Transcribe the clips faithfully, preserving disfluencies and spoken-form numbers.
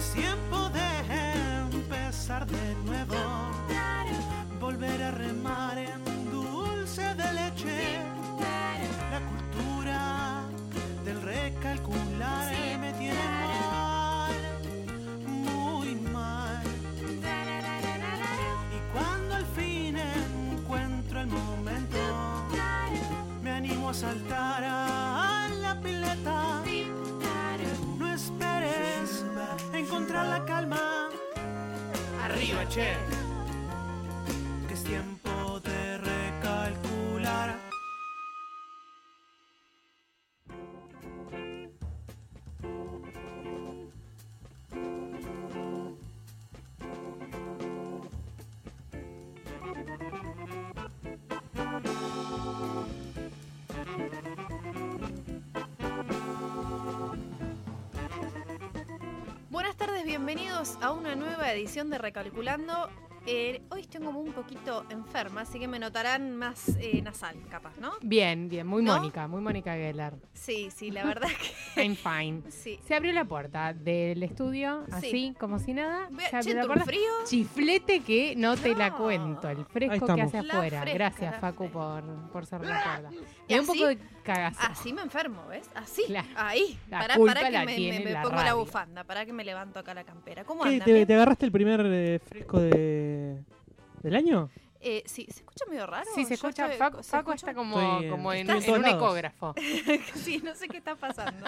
Es tiempo de empezar de nuevo, volver a remar en dulce de leche. La cultura del recalcular me tiene mal, muy mal. Y cuando al fin encuentro el momento, me animo a saltar a la pileta. No esperes encontrar la calma. Arriba, che. Que es tiempo de recalcular. Buenas tardes, bienvenidos a una nueva edición de Recalculando. Eh, hoy estoy como un poquito enferma, así que me notarán más eh, nasal, capaz, ¿no? Bien, bien, muy ¿No? Mónica, muy Mónica Geller. Sí, sí, la verdad que... I'm fine. Sí. Se abrió la puerta del estudio, Sí. así, como si nada. Ve- Se abrió che, la ¿un puerta. frío? Chiflete que no te la No. cuento, el Ahí fresco que estamos. hace La afuera. fresca, Gracias, la Facu, fresca. por, por cerrar la puerta. ¿Y Me da un así? poco de cagazo. Así me enfermo, ¿ves? Así, Claro. ahí. La Pará, culpa pará que la me, tiene me- me la pongo la radio. bufanda, pará que me levanto acá la campera. ¿Cómo ¿Qué, andan? te, bien? te agarraste el primer eh, fresco de del año? Eh, sí, ¿se escucha medio raro? Sí, se Yo escucha. estoy- Facu, ¿se Facu escucha? está como, Estoy en- como en, estoy en en todos un lados. ecógrafo. Sí, no sé qué está pasando.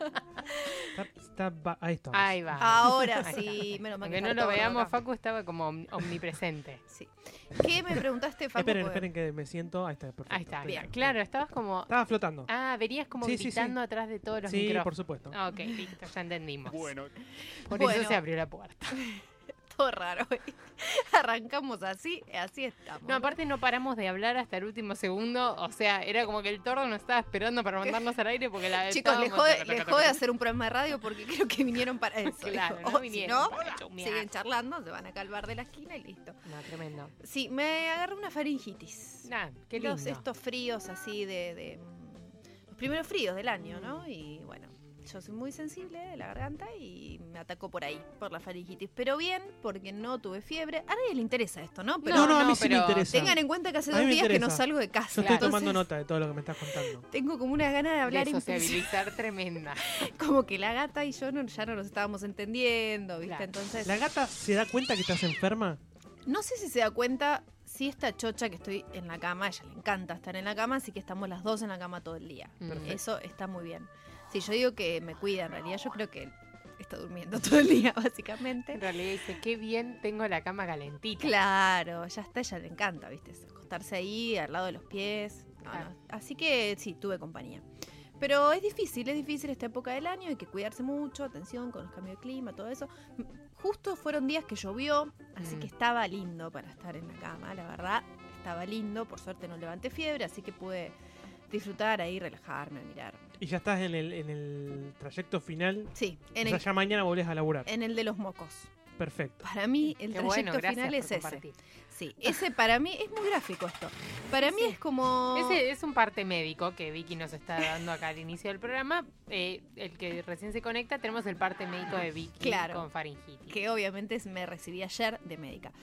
Está, está ba- ahí está. Ahí va. Ahora Ahí sí, menos mal que Aunque no está lo todo veamos, acá. Facu estaba como om- omnipresente. Sí. ¿Qué me preguntaste, Facu? esperen, Porque- esperen que me siento. Ahí está, perfecto. Ahí está. Bien. Claro, estabas como. Estaba flotando. Ah, venías como Sí, sí, gritando sí. atrás de todos los Sí, micrófonos. por supuesto. Ah, ok, listo, ya entendimos. Bueno, Por Bueno. eso se abrió la puerta. Todo raro. Arrancamos así, así estamos. No, aparte no paramos de hablar hasta el último segundo. O sea, era como que el tordo nos estaba esperando para mandarnos al aire porque la Chicos, les estábamos- jode, les jode hacer un programa de radio porque creo que vinieron para eso. Claro, Dijo, no o vinieron si no, para chumear. siguen charlando, se van acá al bar de la esquina y listo. No, tremendo. Sí, me agarré una faringitis. Nah, qué lindo. Los, estos fríos así de, de, mm, los primeros fríos del año, ¿no? Y bueno, yo soy muy sensible de la garganta y me atacó por ahí, por la faringitis. Pero bien, porque no tuve fiebre. A nadie le interesa esto, ¿no? Pero no, no, a no, mí sí me pero interesa. tengan en cuenta que hace A mí dos me días que no interesa. salgo de casa. Yo estoy Claro. tomando Entonces, nota de todo lo que me estás contando. tengo como una gana de hablar de impresionante. sociabilizar tremenda. Como que la gata y yo no, ya no nos estábamos entendiendo, ¿viste? Claro. Entonces, ¿La gata se da cuenta que estás enferma? no sé si se da cuenta si esta chocha que estoy en la cama, a ella le encanta estar en la cama, así que estamos las dos en la cama todo el día. Perfecto. Eso está muy bien. Si yo digo que me cuida, en realidad yo creo que está durmiendo todo el día, básicamente. En realidad dice, qué bien tengo la cama calentita. Claro, ya está, a ella le encanta, ¿viste? Acostarse ahí, al lado de los pies. No, Claro. no. Así que sí, tuve compañía. Pero es difícil, es difícil esta época del año, hay que cuidarse mucho, atención con los cambios de clima, todo eso. M- Justo fueron días que llovió, así Mm. que estaba lindo para estar en la cama, la verdad, estaba lindo, por suerte no levanté fiebre, así que pude disfrutar ahí, relajarme, mirar. Y ya estás en el, en el trayecto final. Sí, en o sea, el, ya mañana volvés a laburar. en el de los mocos. Perfecto. Para mí el Qué trayecto bueno, gracias final por es ese. compartir. Sí, ese para mí es muy gráfico esto. Para mí es como... Ese es un parte médico que Vicky nos está dando acá al inicio del programa. Eh, el que recién se conecta, tenemos el parte médico de Vicky Claro. con faringitis. que obviamente es- me recibí ayer de médica.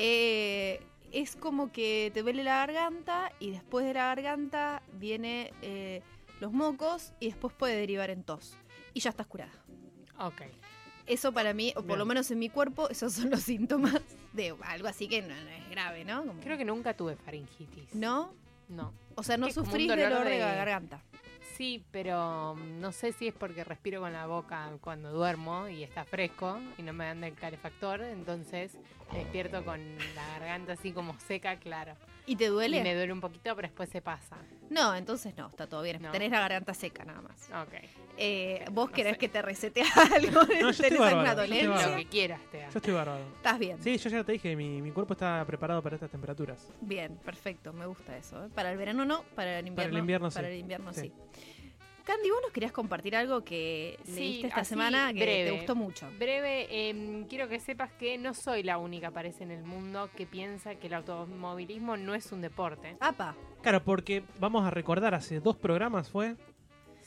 Eh, es como que te duele la garganta y después de la garganta viene eh, los mocos y después puede derivar en tos. Y ya estás curada. Ok. Eso para mí, o por Bien. lo menos en mi cuerpo, esos son los síntomas de algo así que no, no es grave, ¿no? Como- Creo que nunca tuve faringitis. ¿No? No. O sea, no Es como un sufrís dolor dolor de de- la garganta. Sí, pero mm, no sé si es porque respiro con la boca cuando duermo y está fresco y no me dan el calefactor, entonces me despierto con la garganta así como seca, claro. ¿Y te duele? Y me duele un poquito, pero después se pasa. No, entonces no, está todo bien. No. Tenés la garganta seca nada más. Ok. Eh, ¿Vos No queés sé. que te resete algo? yo estoy ¿Tenés bárbaro, alguna yo estoy dolencia? bárbaro. Lo que quieras te da. Yo estoy bárbaro. ¿Estás bien? Sí, yo ya te dije, mi, mi cuerpo está preparado para estas temperaturas. Bien, perfecto, me gusta eso. ¿eh? Para el verano no, para el invierno, el invierno, para sí. el invierno sí. Sí. Candy, vos nos querías compartir algo que Sí, leíste esta así, semana que breve. te gustó mucho. Breve, em, quiero que sepas que no soy la única, parece, en el mundo que piensa que el automovilismo no es un deporte. Apa, Claro, porque vamos a recordar, hace dos programas fue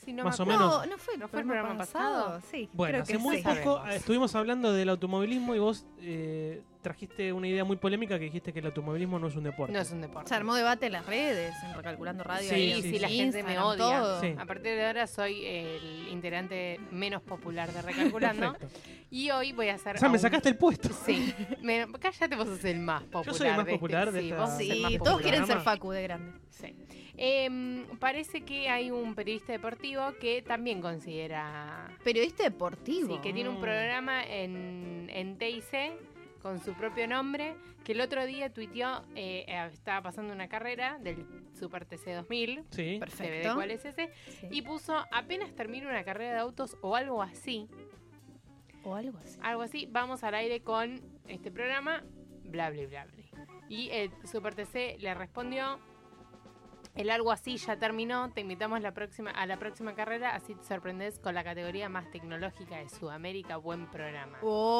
Sí, no Más me o acuerdo. menos. No, no fue el, ¿No fue el programa programa pasado. pasado? Sí, Bueno, creo hace que muy sí. poco Sabemos. estuvimos hablando del automovilismo y vos eh, trajiste una idea muy polémica que dijiste que el automovilismo no es un deporte. No es un deporte. Se armó debate en las redes, en Recalculando Radio. Sí, ahí Sí, en sí, la gente me Instagram, odia. todo. Sí. A partir de ahora soy el integrante menos popular de Recalculando. Perfecto. Y hoy voy a hacer. O sea, a me un- sacaste el puesto. Sí. Me, cállate, vos sos el más popular. soy el más de este- popular de sí, esta- vos sos el más Sí, popular. todos quieren ser programa. Facu de grande. Sí. Em, parece que hay un periodista deportivo que también considera. Periodista deportivo. Sí, que tiene un Mm. programa en, en T I C con su propio nombre, que el otro día tuiteó, eh, eh, estaba pasando una carrera del Super T C dos mil, Sí. Perfecto. se ve de cuál es ese, Sí. y puso, apenas termine una carrera de autos o algo así, O algo así. algo así, vamos al aire con este programa, bla, bla, bla, bla. Y el Super T C le respondió, el algo así ya terminó, te invitamos la próxima, a la próxima carrera, así te sorprendes con la categoría más tecnológica de Sudamérica, buen programa.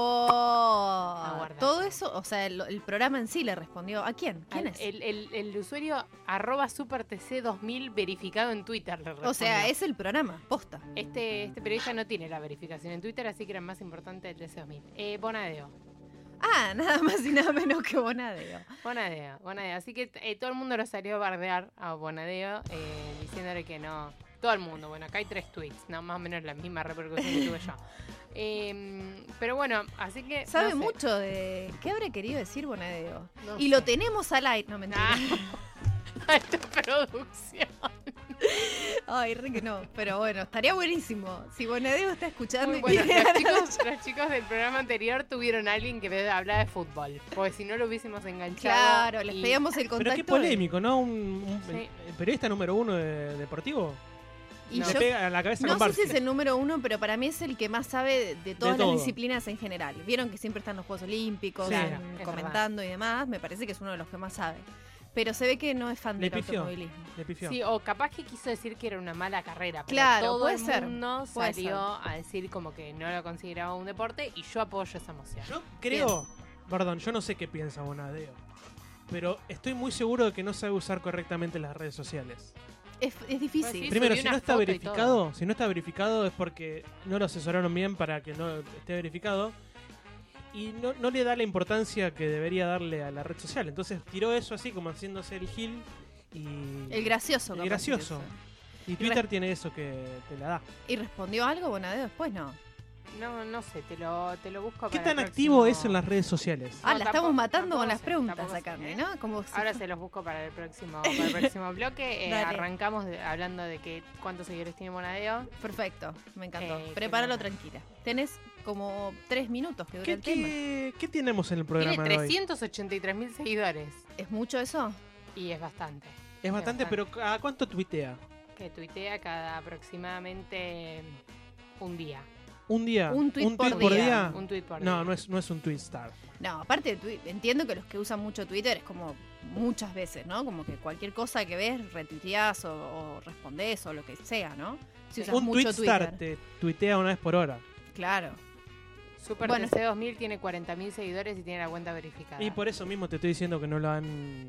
Oh, Aguardate. todo eso, o sea, el, el programa en sí le respondió. ¿A quién? ¿Quién Al- es? El, el- el usuario arroba supertc dos mil verificado en Twitter le O sea, respondió. es el programa, posta. Este, este periodista no tiene la verificación en Twitter, así que era más importante el T C dos mil. Eh, Bonadeo. Ah, nada más y nada menos que Bonadeo. Bonadeo, Bonadeo. Así que eh, todo el mundo lo salió a bardear a Bonadeo, eh, diciéndole que no. Todo el mundo, bueno, acá hay tres tweets, no, más o menos la misma repercusión que tuve yo. Eh, pero bueno, así que. Sabe no sé. mucho de qué habrá querido decir Bonadeo. No y sé. lo tenemos al aire. No, mentira. Ah, esta producción. Ay, re que no. Pero bueno, estaría buenísimo. Si Bonadeo está escuchando Muy y bueno, quiere- los, chicos, los chicos del programa anterior tuvieron a alguien que hablaba de fútbol. Porque si no lo hubiésemos enganchado. Claro, les y- pedíamos el contacto. Pero qué polémico, ¿no? Un, un- Sí. el periodista número uno de, deportivo Y No. le yo pega a la cabeza no con sé si es Barclay. el número uno, pero para mí es el que más sabe de, de todas todo. las disciplinas en general. Vieron que siempre están los Juegos Olímpicos, Claro, en- es comentando y demás. Me parece que es uno de los que más sabe. Pero se ve que no es fan Le del pifió. automovilismo. Le pifió. Sí, o capaz que quiso decir que era una mala carrera. Pero Claro, todo puede el ser, mundo puede salió a decir como que no lo consideraba un deporte y yo apoyo esa moción. Yo creo, perdón, yo no sé qué piensa Bonadeo, pero estoy muy seguro de que no sabe usar correctamente las redes sociales. Es, es difícil. Pues sí, Primero, subí si una no está foto y verificado, si no está verificado es porque no lo asesoraron bien para que no esté verificado y no, no le da la importancia que debería darle a la red social. Entonces tiró eso así como haciéndose el gil y El gracioso. el capaz gracioso. que Y Twitter tiene eso que te la da. ¿Y respondió algo Bonadeo después? No. No, no sé, te lo, te lo busco ¿Qué para tan el activo próximo- es en las redes sociales? Ah, No, la tampoco- estamos matando tampoco con las sé, preguntas tampoco a sé, Carmen, ¿eh? ¿no? Como si Ahora fu- se los busco para el próximo, para el próximo bloque. Eh, Dale. arrancamos de- hablando de que cuántos seguidores tiene Bonadeo. Perfecto, me encantó. Eh, qué Prepáralo bueno. tranquila. Tenés como tres minutos que dura ¿Qué, el tema. qué, qué tenemos en el Tiene programa de hoy? trescientos ochenta y tres mil seguidores. ¿Es mucho eso? Y es bastante. Es bastante, pero ¿a cuánto tuitea? Que tuitea cada aproximadamente un día. ¿Un día? Un tuit por día. Un tweet por No, día. no es, no es un tweet star. No, aparte, de Twi- entiendo que los que usan mucho Twitter es como muchas veces, ¿no? Como que cualquier cosa que ves, retuiteás o, o respondés o lo que sea, ¿no? Si usas Un mucho tweet star Twitter. te tuitea una vez por hora. Claro. Super Bueno. T C dos mil tiene cuarenta mil seguidores y tiene la cuenta verificada. Y por eso mismo te estoy diciendo que no lo han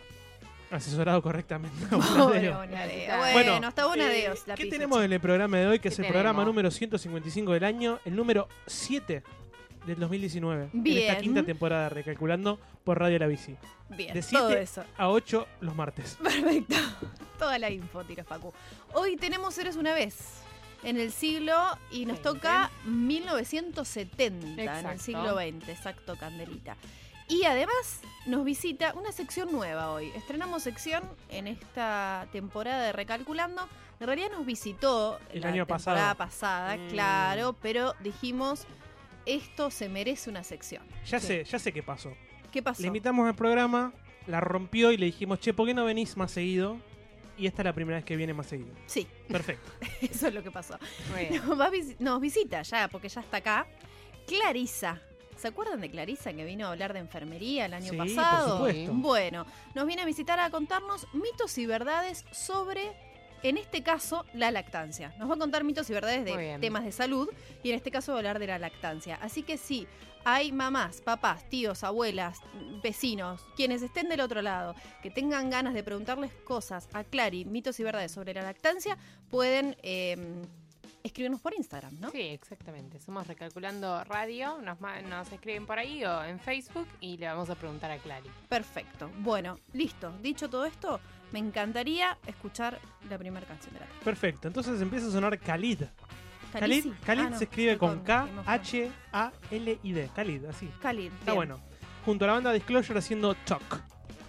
asesorado correctamente. a Pobre Bonadeo. Bonadeo. Bueno, Bueno, está Bonadeo. Eh, la ¿Qué pizza, tenemos che. en el programa de hoy? Que ¿Qué es el tenemos? programa número ciento cincuenta y cinco del año, el número siete del dos mil diecinueve. En esta Bien. quinta temporada de Recalculando por Radio La Bici. Bien, de todo siete eso. a ocho los martes. Perfecto. Toda la info, tiro Facu. Hoy tenemos Eres una vez en el siglo y nos veinte. toca mil novecientos setenta, en el Exacto. siglo veinte, exacto, Candelita. Y además nos visita una sección nueva hoy. Estrenamos sección en esta temporada de Recalculando. En realidad nos visitó El la año temporada pasado. pasada, Mm. claro, pero dijimos, esto se merece una sección. Ya Sí. sé, ya sé qué pasó. ¿Qué pasó? Le invitamos al programa, la rompió y le dijimos, che, ¿por qué no venís más seguido? Y esta es la primera vez que viene más seguido. Sí, Perfecto. eso es lo que pasó. Muy bien. Nos, va a vis- nos visita ya, porque ya está acá, Clarisa. ¿Se acuerdan de Clarisa que vino a hablar de enfermería el año Sí, por pasado? supuesto. Bueno, nos viene a visitar a contarnos mitos y verdades sobre En este caso, la lactancia. Nos va a contar mitos y verdades Muy de bien. temas de salud y en este caso va a hablar de la lactancia. Así que sí, hay mamás, papás, tíos, abuelas, vecinos, quienes estén del otro lado, que tengan ganas de preguntarles cosas a Clary, mitos y verdades sobre la lactancia, pueden eh, escribirnos por Instagram, ¿no? Sí, exactamente. Somos Recalculando Radio, nos, ma- nos escriben por ahí o en Facebook y le vamos a preguntar a Clary. Perfecto. Bueno, listo. Dicho todo esto, me encantaría escuchar la primera canción de la tarde. Perfecto, entonces empieza a sonar Khalid. Khalid, Khaleesi. Khalid Ah, no, se escribe estoy con K Game of H A L I D. Khalid, así. Khalid. Está bien. bueno. Junto a la banda Disclosure haciendo Talk.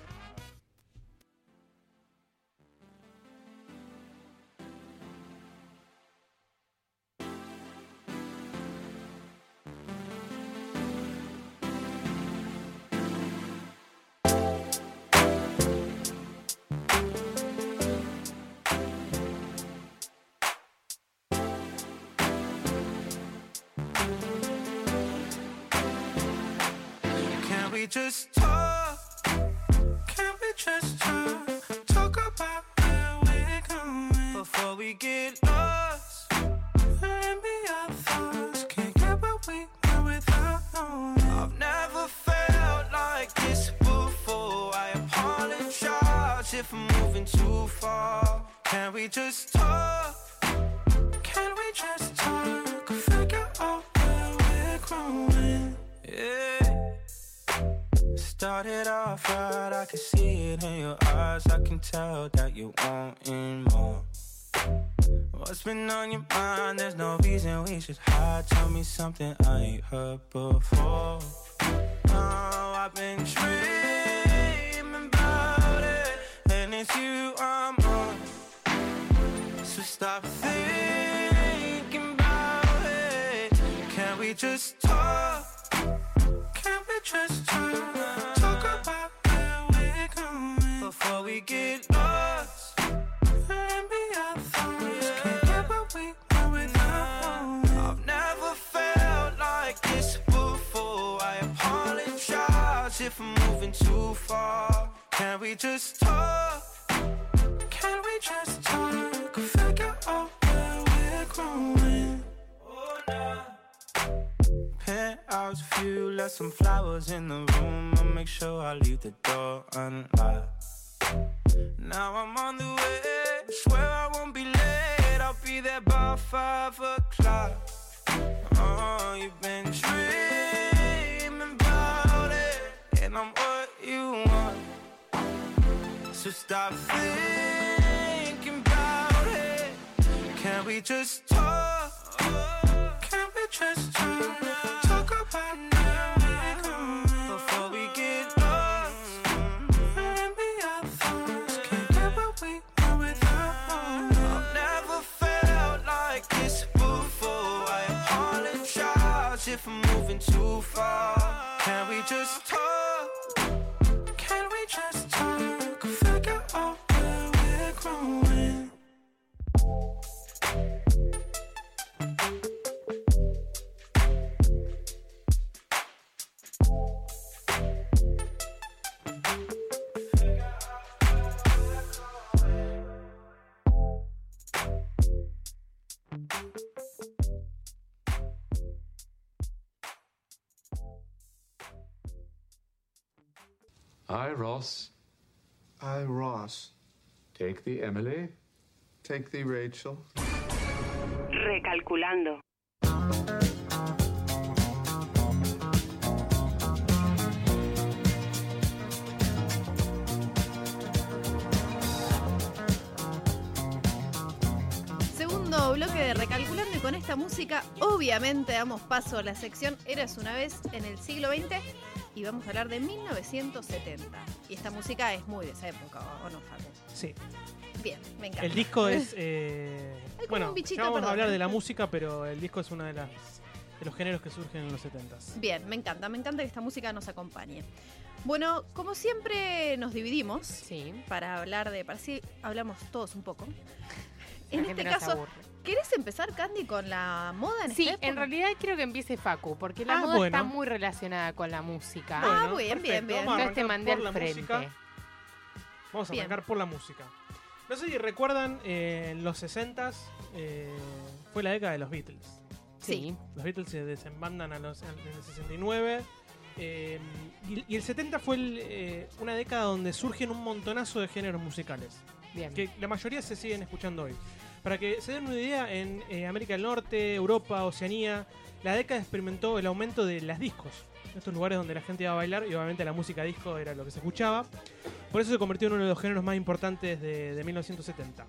Can we just talk? Can we just talk? Talk about where we're going before we get lost. Let me our thoughts. Can't get what we want without knowing. I've never felt like this before. I apologize if I'm moving too far. Can we just talk? Can we just talk? Figure out where we're growing. Yeah. Started off right, I can see it in your eyes. I can tell that you wanting more. What's been on your mind? There's no reason we should hide. Tell me something I ain't heard before. Oh, I've been dreaming about it, and it's you I'm on. So stop thinking about it. Can we just talk? Can we just talk? Talk about where we're going before we get lost. Let me our thoughts. Can't get what we want without knowing. I've never felt like this before. I apologize if I'm moving too far. Can we just talk? Can we just talk? Figure out where we're growing. Oh, nah. Penthouse view, left some flowers in the room. I'll make sure I leave the door unlocked. Now I'm on the way, swear I won't be late. I'll be there by five o'clock. Oh, you've been dreaming about it, and I'm what you want. So stop thinking about it. Can we just talk? Can we just talk? Talk about where we're going before we get lost. Let me our thoughts. Can't get what we want without knowing. I've never felt like this before. I apologize if I'm moving too far. Can we just talk? Can we just talk? Figure out where we're growing. I, Ross, I, Ross. take thee, Emily. Take thee, Rachel. Recalculando. Segundo bloque de Recalculando y con esta música obviamente damos paso a la sección Eras una vez en el siglo veinte y vamos a hablar de mil novecientos setenta. Y esta música es muy de esa época, ¿o no, Facu? Sí. Bien, me encanta. El disco es. Eh, Hay como bueno, un bichito, ya vamos perdón. a hablar de la música, pero el disco es uno de, las, de los géneros que surgen en los setentas. Bien, me encanta, me encanta que esta música nos acompañe. Bueno, como siempre nos dividimos Sí. para hablar de, para así hablamos todos un poco. La En gente este no se caso, aburre. ¿querés empezar, Candy, con la moda en Sí, esta época? en realidad quiero que empiece Facu, porque la Ah, moda bueno. está muy relacionada con la música. Ah, Bueno, bien, bien, perfecto. bien. Vamos a Entonces te arrancar mandé por al la frente. música. Vamos a Bien. arrancar por la música. No sé si recuerdan, eh, en los sesentas eh, fue la década de los Beatles. Sí. Los Beatles se desembandan a los, en el sesenta y nueve. Eh, y, y el setenta fue el, eh, una década donde surgen un montonazo de géneros musicales. Bien. Que la mayoría se siguen escuchando hoy. Para que se den una idea, en eh, América del Norte, Europa, Oceanía, la década experimentó el aumento de las discos. Estos lugares donde la gente iba a bailar y obviamente la música disco era lo que se escuchaba. Por eso se convirtió en uno de los géneros más importantes de, de mil novecientos setenta.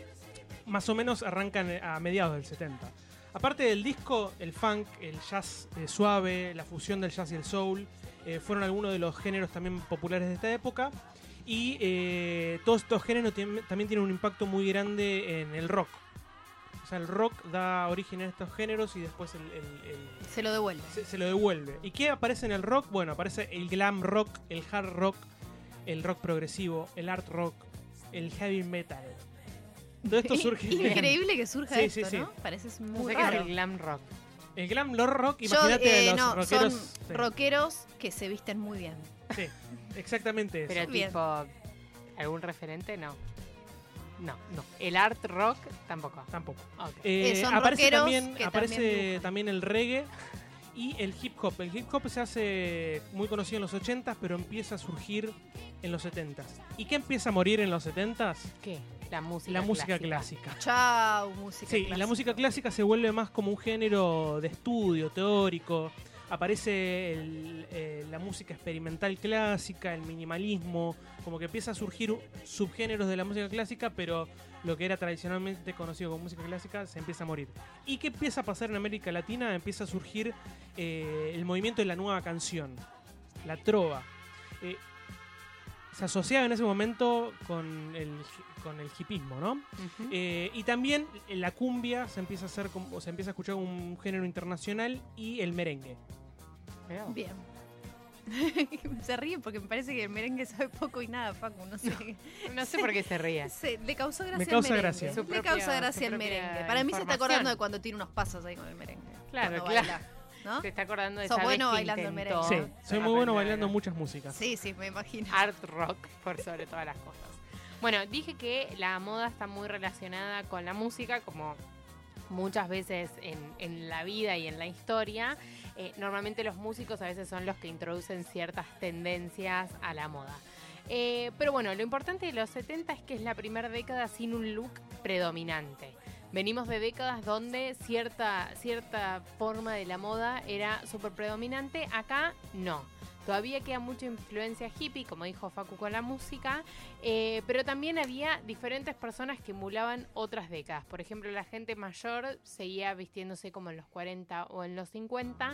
Más o menos arrancan a mediados del setenta. Aparte del disco, el funk, el jazz eh, suave, la fusión del jazz y el soul, eh, fueron algunos de los géneros también populares de esta época. Y eh, todos estos géneros tienen, también tienen un impacto muy grande en el rock. O sea, el rock da origen a estos géneros y después el, el- el- Se lo devuelve. se, se lo devuelve. ¿Y qué aparece en el rock? Bueno, aparece el glam rock, el hard rock, el rock progresivo, el art rock, el heavy metal. Todo esto surge... Increíble que surja Sí, esto, sí, sí. ¿no? Parece No muy sé qué es raro. el glam rock. El glam rock, Yo, imagínate eh, a los no, rockeros... son sí, rockeros que se visten muy bien. sí, exactamente eso. Pero Bien. tipo, ¿algún referente? No. No, no. El art rock tampoco. Tampoco. Ok. Eh, Eh, son aparece rockeros también, que aparece también dibujan. también el reggae y el hip hop. El hip hop se hace muy conocido en los ochentas, pero empieza a surgir en los setentas. ¿Y qué empieza a morir en los setentas? ¿Qué? La música La música clásica. clásica. Chau, música Sí, y clásica. la música clásica se vuelve más como un género de estudio, teórico. Aparece el, eh, la música experimental clásica, el minimalismo, como que empieza a surgir subgéneros de la música clásica, pero lo que era tradicionalmente conocido como música clásica se empieza a morir. ¿Y qué empieza a pasar en América Latina? Empieza a surgir eh, el movimiento de la nueva canción, la trova. Eh, se asociaba en ese momento con el, con el hipismo, ¿no? Ujú. Eh, y también la cumbia se empieza a hacer como, o se empieza a escuchar como un género internacional y el merengue. Mirá vos. Bien. Se ríe porque me parece que el merengue sabe poco y nada, Facu. No sé. No sé por qué se ría. Se- le causó gracia Me causa el merengue. gracia. Su Le propia- causa gracia su el propia merengue. Para mí se está información. acordando de cuando tiene unos pasos ahí con el merengue. Claro, Cuando claro. baila, ¿no? Se está acordando de Sos esa bueno vez que bailando el intentó merengue. Sí, soy muy bueno aprender bailando algo. muchas músicas. Sí, sí, me imagino. Art rock, por sobre todas las cosas. Bueno, dije que la moda está muy relacionada con la música, como muchas veces en, en la vida y en la historia. Eh, normalmente los músicos a veces son los que introducen ciertas tendencias a la moda. Eh, pero bueno, lo importante de los setenta es que es la primera década sin un look predominante. Venimos de décadas donde cierta, cierta forma de la moda era súper predominante. Acá no. Todavía queda mucha influencia hippie, como dijo Facu con la música, eh, pero también había diferentes personas que emulaban otras décadas. Por ejemplo, la gente mayor seguía vistiéndose como en los cuarenta o en los cincuenta.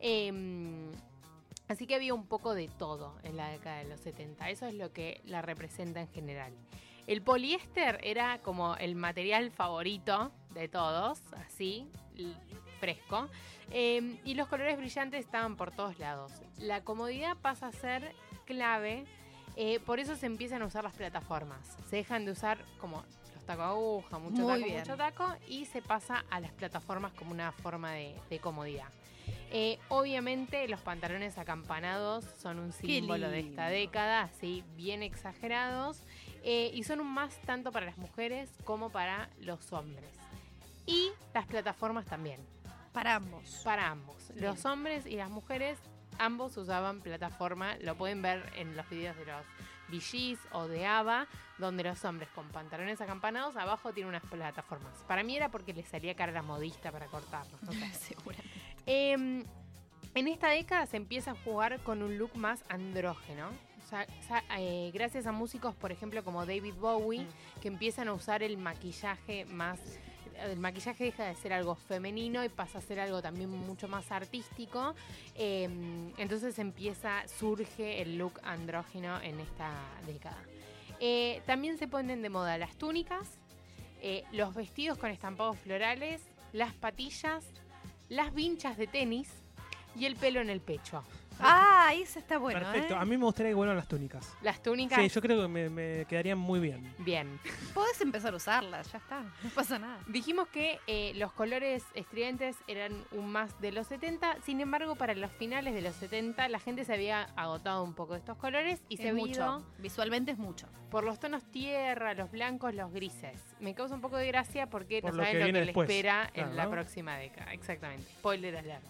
Eh, así que había un poco de todo en la década de los setenta. Eso es lo que la representa en general. El poliéster era como el material favorito de todos, así, l- fresco. Eh, y los colores brillantes estaban por todos lados. La comodidad pasa a ser clave, eh, por eso se empiezan a usar las plataformas. Se dejan de usar como los tacos aguja, mucho Muy taco, bien. mucho taco, y se pasa a las plataformas como una forma de, de comodidad. Eh, obviamente los pantalones acampanados son un símbolo de esta lindo. década, así bien exagerados, eh, y son un más tanto para las mujeres como para los hombres. Y las plataformas también. Para ambos. Para ambos. Bien. Los hombres y las mujeres, ambos usaban plataforma. Lo pueden ver en los videos de los Bee Gees o de ABBA, donde los hombres con pantalones acampanados abajo tienen unas plataformas. Para mí era porque les salía cara a la modista para cortarlos. No sé. Seguramente. Eh, en esta década se empieza a jugar con un look más andrógeno. O sea, sa- eh, gracias a músicos, por ejemplo, como David Bowie, que empiezan a usar el maquillaje más... El maquillaje deja de ser algo femenino y pasa a ser algo también mucho más artístico. Eh, entonces empieza, surge el look andrógeno en esta década. Eh, también se ponen de moda las túnicas, eh, los vestidos con estampados florales, las patillas, las vinchas de tenis y el pelo en el pecho. Ah, ese está bueno, Perfecto. ¿eh? A mí me gustaría que vuelvan las túnicas. Las túnicas, Sí, yo creo que me, me quedarían muy bien. bien. Podés empezar a usarlas, ya está, no pasa nada. Dijimos que eh, los colores estridentes eran un más de los setenta, sin embargo, para los finales de los setenta la gente se había agotado un poco de estos colores y se Es había mucho, ido visualmente es mucho. por los tonos tierra, los blancos, los grises. Me causa un poco de gracia porque Por no lo saben que lo que, viene le después. espera Claro, en la ¿no? próxima década. Exactamente. Spoiler alert.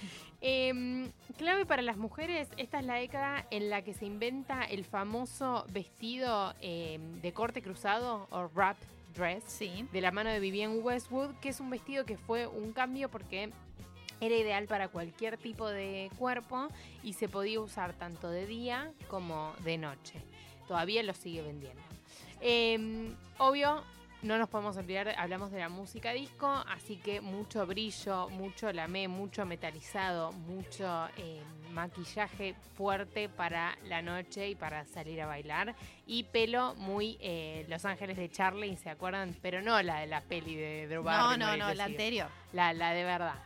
Eh, clave para las mujeres, esta es la década en la que se inventa el famoso vestido eh, de corte cruzado o wrap dress Sí. de la mano de Vivienne Westwood, que es un vestido que fue un cambio porque era ideal para cualquier tipo de cuerpo y se podía usar tanto de día como de noche. Todavía lo sigue vendiendo. Eh, obvio, no nos podemos olvidar, hablamos de la música disco, así que mucho brillo, mucho lamé, mucho metalizado, mucho eh, maquillaje fuerte para la noche y para salir a bailar. Y pelo muy eh, Los Ángeles de Charlie, ¿se acuerdan? Pero no la de la peli de Drew No, Barrymore no, y no, le la sigue. anterior. La, la de verdad.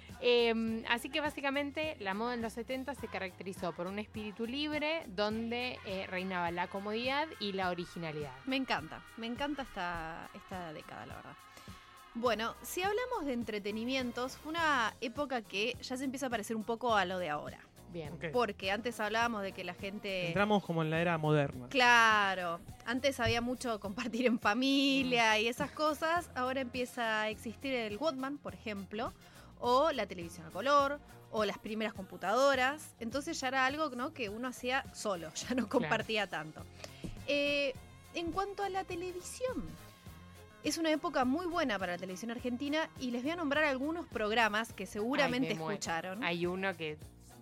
Eh, así que básicamente la moda en los setenta se caracterizó por un espíritu libre donde eh, reinaba la comodidad y la originalidad. Me encanta, me encanta esta, esta década, la verdad. Bueno, si hablamos de entretenimientos, fue una época que ya se empieza a parecer un poco a lo de ahora. Bien. Ok. Porque antes hablábamos de que la gente... Entramos como en la era moderna. Claro, antes había mucho compartir en familia y esas cosas. Ahora empieza a existir el Walkman, por ejemplo, o la televisión a color, o las primeras computadoras. Entonces ya era algo, ¿no?, que uno hacía solo, ya no compartía tanto. Eh, en cuanto a la televisión, es una época muy buena para la televisión argentina y les voy a nombrar algunos programas que seguramente Ay, me muero. escucharon. Hay uno que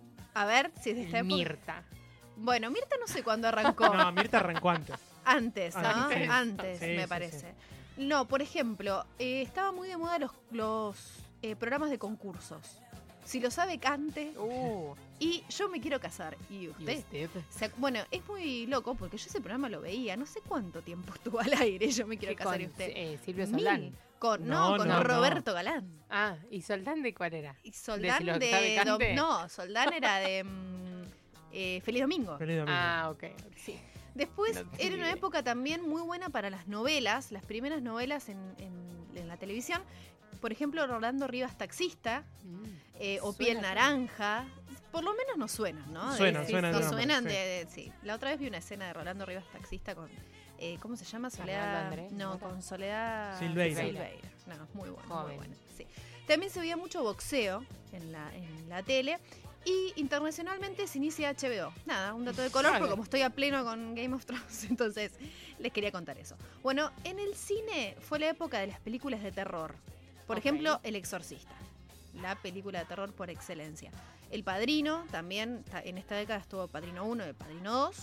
A ver si es de esta el época. Mirta. Bueno, Mirta no sé cuándo arrancó. No, Mirta arrancó antes. Antes, ¿no? Antes, sí. Antes, Sí, me sí, parece. No, por ejemplo, eh, estaba muy de moda los, los eh, programas de concursos. Si lo sabe, cante. Uh, Y yo me quiero casar. ¿Y ¿y usted? usted? Se ac- bueno, es muy loco porque yo ese programa lo veía. No sé cuánto tiempo estuvo al aire. Yo me quiero ¿Qué casar con, y usted. eh, Silvio Mil. Soldán. Con, no, No, con no, no. Roberto Galán. Ah, ¿y Soldán de cuál era? Y Soldán si lo de. sabe, cante. Dom- no, Soldán era de. mm, eh, Feliz Domingo. Feliz domingo. Ah, ok. Sí. Después No tengo era una idea. época también muy buena para las novelas, las primeras novelas en, en- en la televisión. Por ejemplo, Rolando Rivas Taxista, Mm. eh, o Suena, Piel suena. Naranja. Por lo menos nos suenan, ¿no? Suenan, De- suenan Nos de nombre, suenan sí. de, de- sí. La otra vez vi una escena de Rolando Rivas Taxista con... eh, ¿Cómo se llama? Arnaldo Soledad... Andrés, no, ¿no era? con Soledad... Silveira. Silveira. No, muy bueno, muy Joven. bueno. Sí. También se veía mucho boxeo en la, en la tele. Y internacionalmente se inicia H B O. Nada, un dato de color, Vale. porque como estoy a pleno con Game of Thrones, entonces les quería contar eso. Bueno, en el cine fue la época de las películas de terror. Por Ok. ejemplo, El Exorcista. La película de terror por excelencia. El Padrino, también ta- en esta década estuvo Padrino uno y Padrino dos.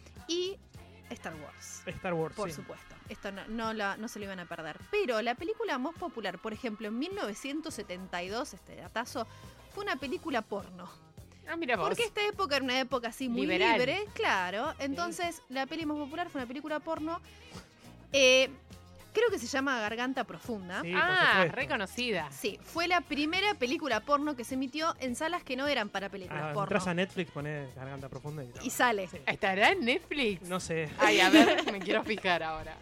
Y Star Wars. Star Wars, Por sí. supuesto, esto no, no, la- no se lo iban a perder. Pero la película más popular, por ejemplo, en mil novecientos setenta y dos, este datazo, fue una película porno. Ah, mira vos. Porque esta época era una época así muy Liberal. libre, claro. Entonces, la peli más popular fue una película porno. eh, creo que se llama Garganta Profunda. Sí, por Ah, supuesto. reconocida. Sí, fue la primera película porno que se emitió en salas que no eran para películas Ah, porno. entras a Netflix, ponés Garganta Profunda y, Y sale. ¿Estará en Netflix? no sé. Ay, a ver, me quiero fijar ahora.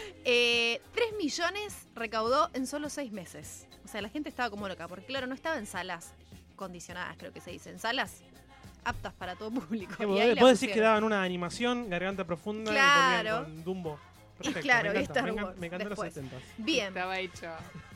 Eh, tres millones recaudó en solo seis meses. O sea, la gente estaba como loca, porque claro, no estaba en salas condicionadas, creo que se dice, en salas aptas para todo público. Eh, Y vos ahí la vos decís que pusieron. daban una animación, Garganta Profunda Claro. y ponían con Dumbo. Perfecto, claro, me y encanta, Star me, encan- Wars me encantan los después. setentas. Bien. Estaba hecho.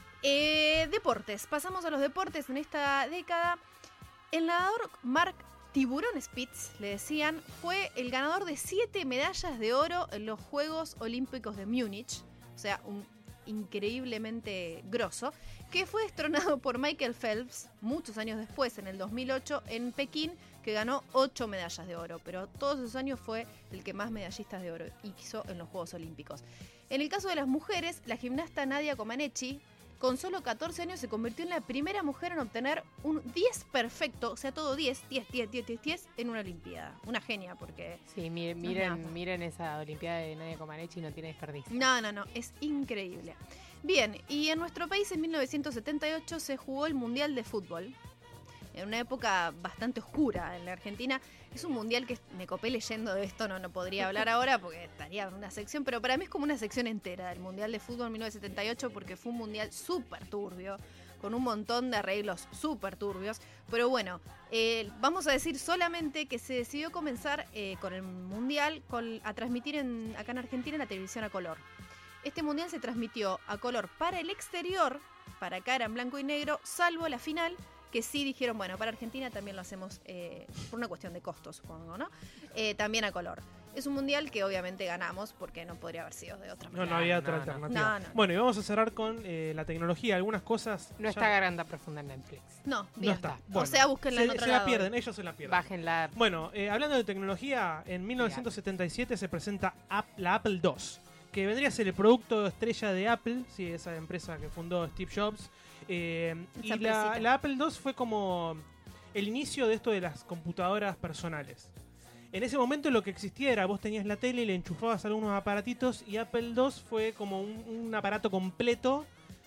Eh, deportes. Pasamos a los deportes en esta década. El nadador Mark Tiburón Spitz, le decían, fue el ganador de siete medallas de oro en los Juegos Olímpicos de Múnich. O sea, un increíblemente grosso, que fue destronado por Michael Phelps muchos años después, en el dos mil ocho, en Pekín, que ganó ocho medallas de oro. Pero todos esos años fue el que más medallistas de oro hizo en los Juegos Olímpicos. En el caso de las mujeres, la gimnasta Nadia Comaneci, con solo catorce años, se convirtió en la primera mujer en obtener un diez perfecto, o sea, todo diez, diez, diez, diez, diez, diez en una Olimpiada. Una genia, porque... Sí, miren, No es miren, nada. miren esa Olimpiada de Nadia Comaneci, no tiene desperdicio. No, no, no, es increíble. Bien, y en nuestro país en mil novecientos setenta y ocho se jugó el Mundial de Fútbol. en una época bastante oscura en la Argentina. Es un mundial que me copé leyendo de esto, no, no podría hablar ahora porque estaría en una sección, pero para mí es como una sección entera del Mundial de Fútbol mil novecientos setenta y ocho porque fue un mundial súper turbio, con un montón de arreglos súper turbios. Pero bueno, eh, vamos a decir solamente que se decidió comenzar eh, con el mundial con, a transmitir en, acá en Argentina en la televisión a color. Este mundial se transmitió a color para el exterior, para acá era en blanco y negro, salvo la final, que sí dijeron, bueno, para Argentina también lo hacemos eh, por una cuestión de costos, supongo, ¿no? Eh, también a color. Es un mundial que obviamente ganamos porque no podría haber sido de otra No, manera. no había otra no, no. alternativa. No, no. Bueno, y vamos a cerrar con eh, la tecnología. Algunas cosas. No ya está Garganta Profunda en Netflix. No, No bien. está. O Bueno, sea, búsquenla se, en otro se lado. la pierden, ellos se la pierden. Bájenla. Bueno, eh, hablando de tecnología, en mil novecientos setenta y siete se presenta App- la Apple dos, que vendría a ser el producto estrella de Apple, sí, esa empresa que fundó Steve Jobs. Eh, y Esa la, empresita. la Apple dos fue como el inicio de esto de las computadoras personales. En ese momento lo que existía era, vos tenías la tele y le enchufabas algunos aparatitos, y Apple dos fue como un, un aparato completo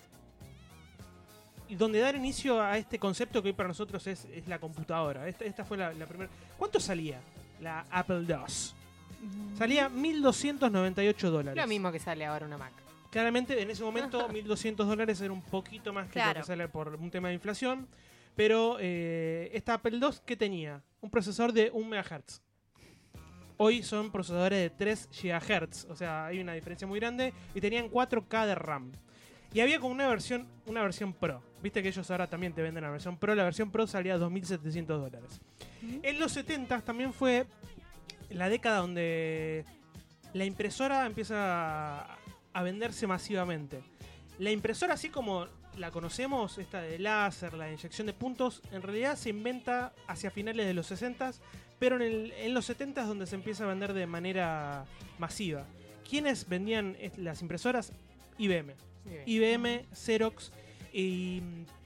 y donde dar inicio a este concepto que hoy para nosotros es, es la computadora. Esta, esta fue la, la primera. ¿Cuánto salía la Apple dos? Salía mil doscientos noventa y ocho dólares. Lo mismo que sale ahora una Mac. Claramente en ese momento mil doscientos dólares era un poquito más que Claro. lo que sale por un tema de inflación. Pero eh, esta Apple dos, ¿qué tenía? Un procesador de un megahertz. Hoy son procesadores de tres gigahertz. O sea, hay una diferencia muy grande. Y tenían cuatro K de RAM. Y había como una versión, una versión Pro. Viste que ellos ahora también te venden la versión Pro. La versión Pro salía a dos mil setecientos dólares. En los setenta también fue la década donde la impresora empieza a, a venderse masivamente. La impresora, así como la conocemos, esta de láser, la inyección de puntos, en realidad se inventa hacia finales de los sesenta, pero en, el- en los setenta es donde se empieza a vender de manera masiva. ¿Quiénes vendían est- las impresoras? I B M. Bien. I B M, Xerox. Y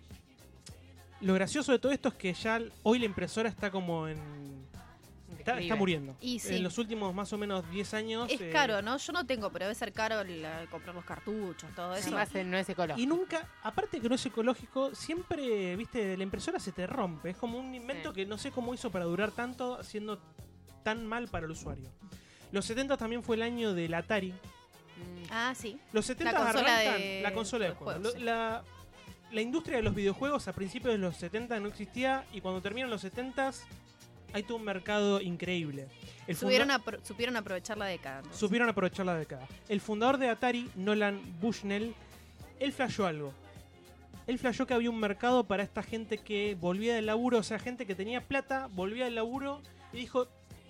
mm, lo gracioso de todo esto es que ya hoy la impresora está como en... Está, Declive. está muriendo. Y sí. En los últimos más o menos diez años... Es eh, caro, ¿no? Yo no tengo, pero debe ser caro el, eh, comprar los cartuchos, todo eso. Además, eh, no es ecológico. Y nunca, aparte que no es ecológico, siempre, viste, la impresora se te rompe. Es como un invento Sí. que no sé cómo hizo para durar tanto, siendo tan mal para el usuario. Los setenta también fue el año del Atari. Mm, Ah, sí. Los setenta La consola arrancan de- la consola de de juegos. juegos, Lo- sí. la, la industria de los videojuegos a principios de los setenta no existía, y cuando terminan los setenta hay todo un mercado increíble. El Subieron funda- a pro- supieron aprovechar la década. entonces. supieron aprovechar la década. El fundador de Atari, Nolan Bushnell, él flasheó algo. Él flasheó que había un mercado para esta gente que volvía del laburo, o sea, gente que tenía plata, volvía del laburo y dijo,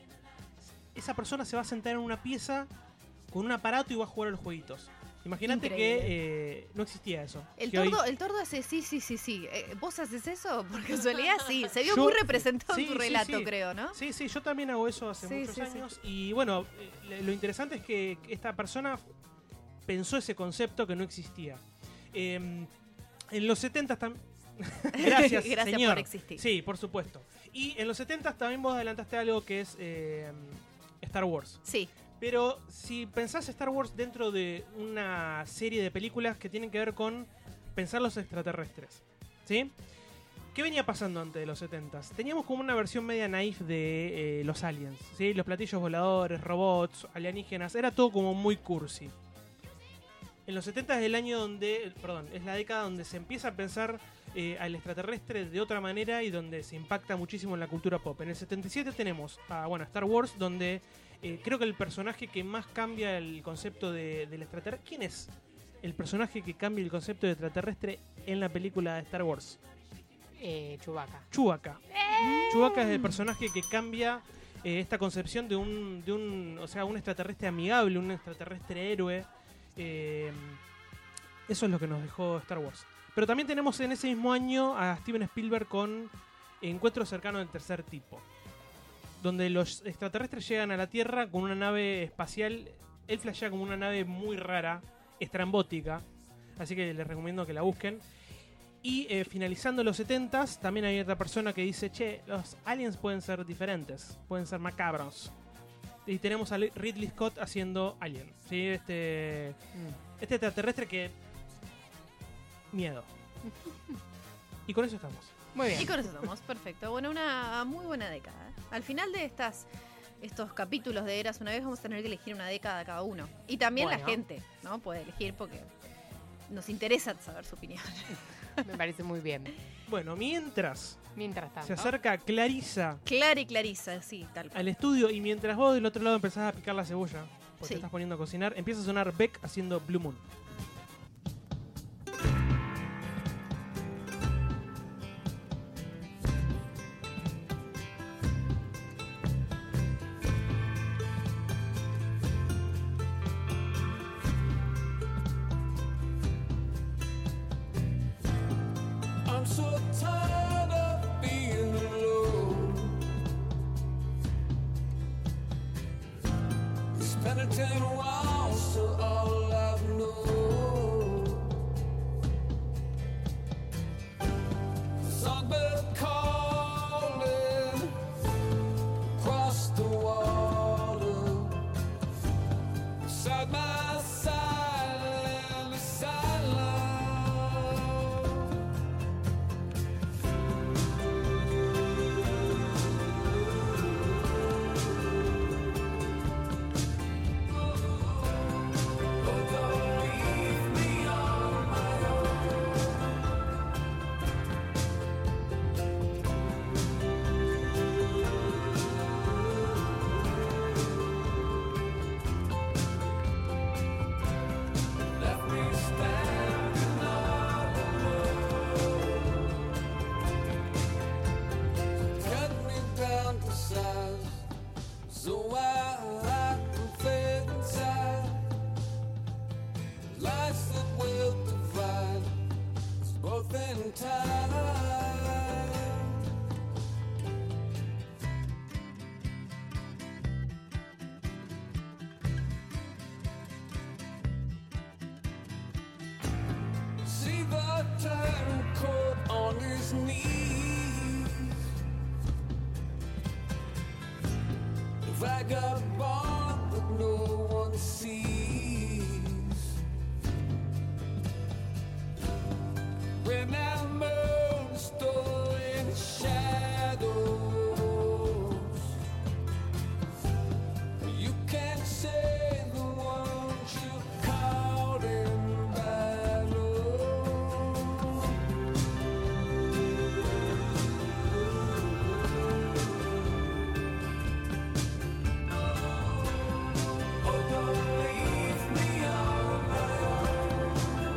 esa persona se va a sentar en una pieza con un aparato y va a jugar a los jueguitos. Imagínate Increíble. que eh, no existía eso. El Que hoy- tordo, el tordo hace sí, sí, sí, sí. Eh, ¿Vos haces eso? Por casualidad, sí. Se vio Yo- muy representado sí, en tu sí, relato, sí. creo, ¿no? Sí, sí, yo también hago eso hace Sí, muchos sí, sí. años. Y bueno, eh, lo interesante es que esta persona pensó ese concepto que no existía. Eh, en los setenta también... Gracias, Gracias señor. por existir. Sí, por supuesto. Y en los setenta también vos adelantaste algo que es eh, Star Wars. Sí. Pero si pensás Star Wars dentro de una serie de películas que tienen que ver con pensar los extraterrestres, ¿sí? ¿Qué venía pasando antes de los setenta? Teníamos como una versión media naif de eh, los aliens, ¿sí? Los platillos voladores, robots, alienígenas, era todo como muy cursi. En los setenta es el año donde, perdón, es la década donde se empieza a pensar eh, al extraterrestre de otra manera y donde se impacta muchísimo en la cultura pop. En el setenta y siete tenemos a, bueno, Star Wars, donde eh, creo que el personaje que más cambia el concepto de, del extraterrestre... ¿Quién es el personaje que cambia el concepto de extraterrestre en la película de Star Wars? eh, Chewbacca. Chewbacca. Chewbacca es el personaje que cambia eh, esta concepción de un, de un, o sea, un extraterrestre amigable, un extraterrestre héroe. Eh, eso es lo que nos dejó Star Wars. Pero también tenemos en ese mismo año a Steven Spielberg con Encuentros cercanos del tercer tipo, donde los extraterrestres llegan a la Tierra con una nave espacial. Él flashea como una nave muy rara, estrambótica, así que les recomiendo que la busquen. Y eh, finalizando los setentas, también hay otra persona que dice, che, los aliens pueden ser diferentes, pueden ser macabros. Y tenemos a Ridley Scott haciendo Alien, ¿sí? Este, Mm. este extraterrestre que... Miedo. Y con eso estamos. Muy bien. Y con eso estamos, perfecto. Bueno, una muy buena década. Al final de estas estos capítulos de Eras una vez vamos a tener que elegir una década cada uno. Y también Bueno. la gente, ¿no? Puede elegir porque nos interesa saber su opinión. Me parece muy bien. Bueno, mientras Mientras tanto. se acerca Clarisa Clara y Clarisa, sí, tal cual. al estudio y mientras vos del otro lado empezás a picar la cebolla, porque Sí. te estás poniendo a cocinar, empieza a sonar Beck haciendo Blue Moon. I'm so tired of being alone. It's been a ten whiles to all I've known. Songbird calling across the water, beside my silent silence. Cut me down to size, so I, I can fit inside. Lies that will divide us both in time. See the turncoat on his knees, the vagabond that no one sees. Remember the story in the shadows. You can't say the ones you caught in battle. Oh, don't leave me on my own.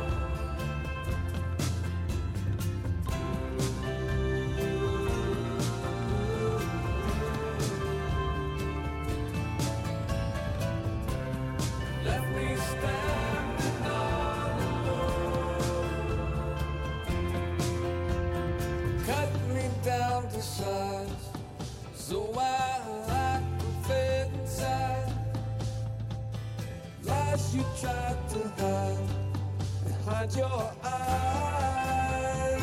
Left me standing all alone. Cut me down to size, so I, I can fit inside. Lies you tried to hide behind your eyes.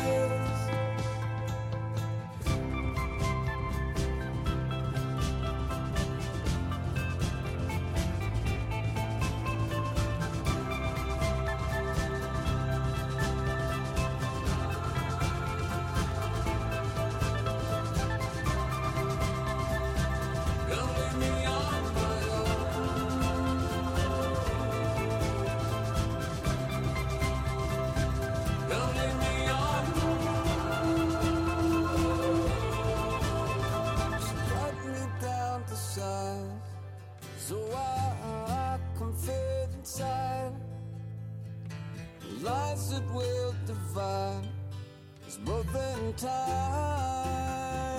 Don't leave me on my own. Don't leave me on my own. So cut me down to size, so I, I can fit inside. The lines that will divide us both in time.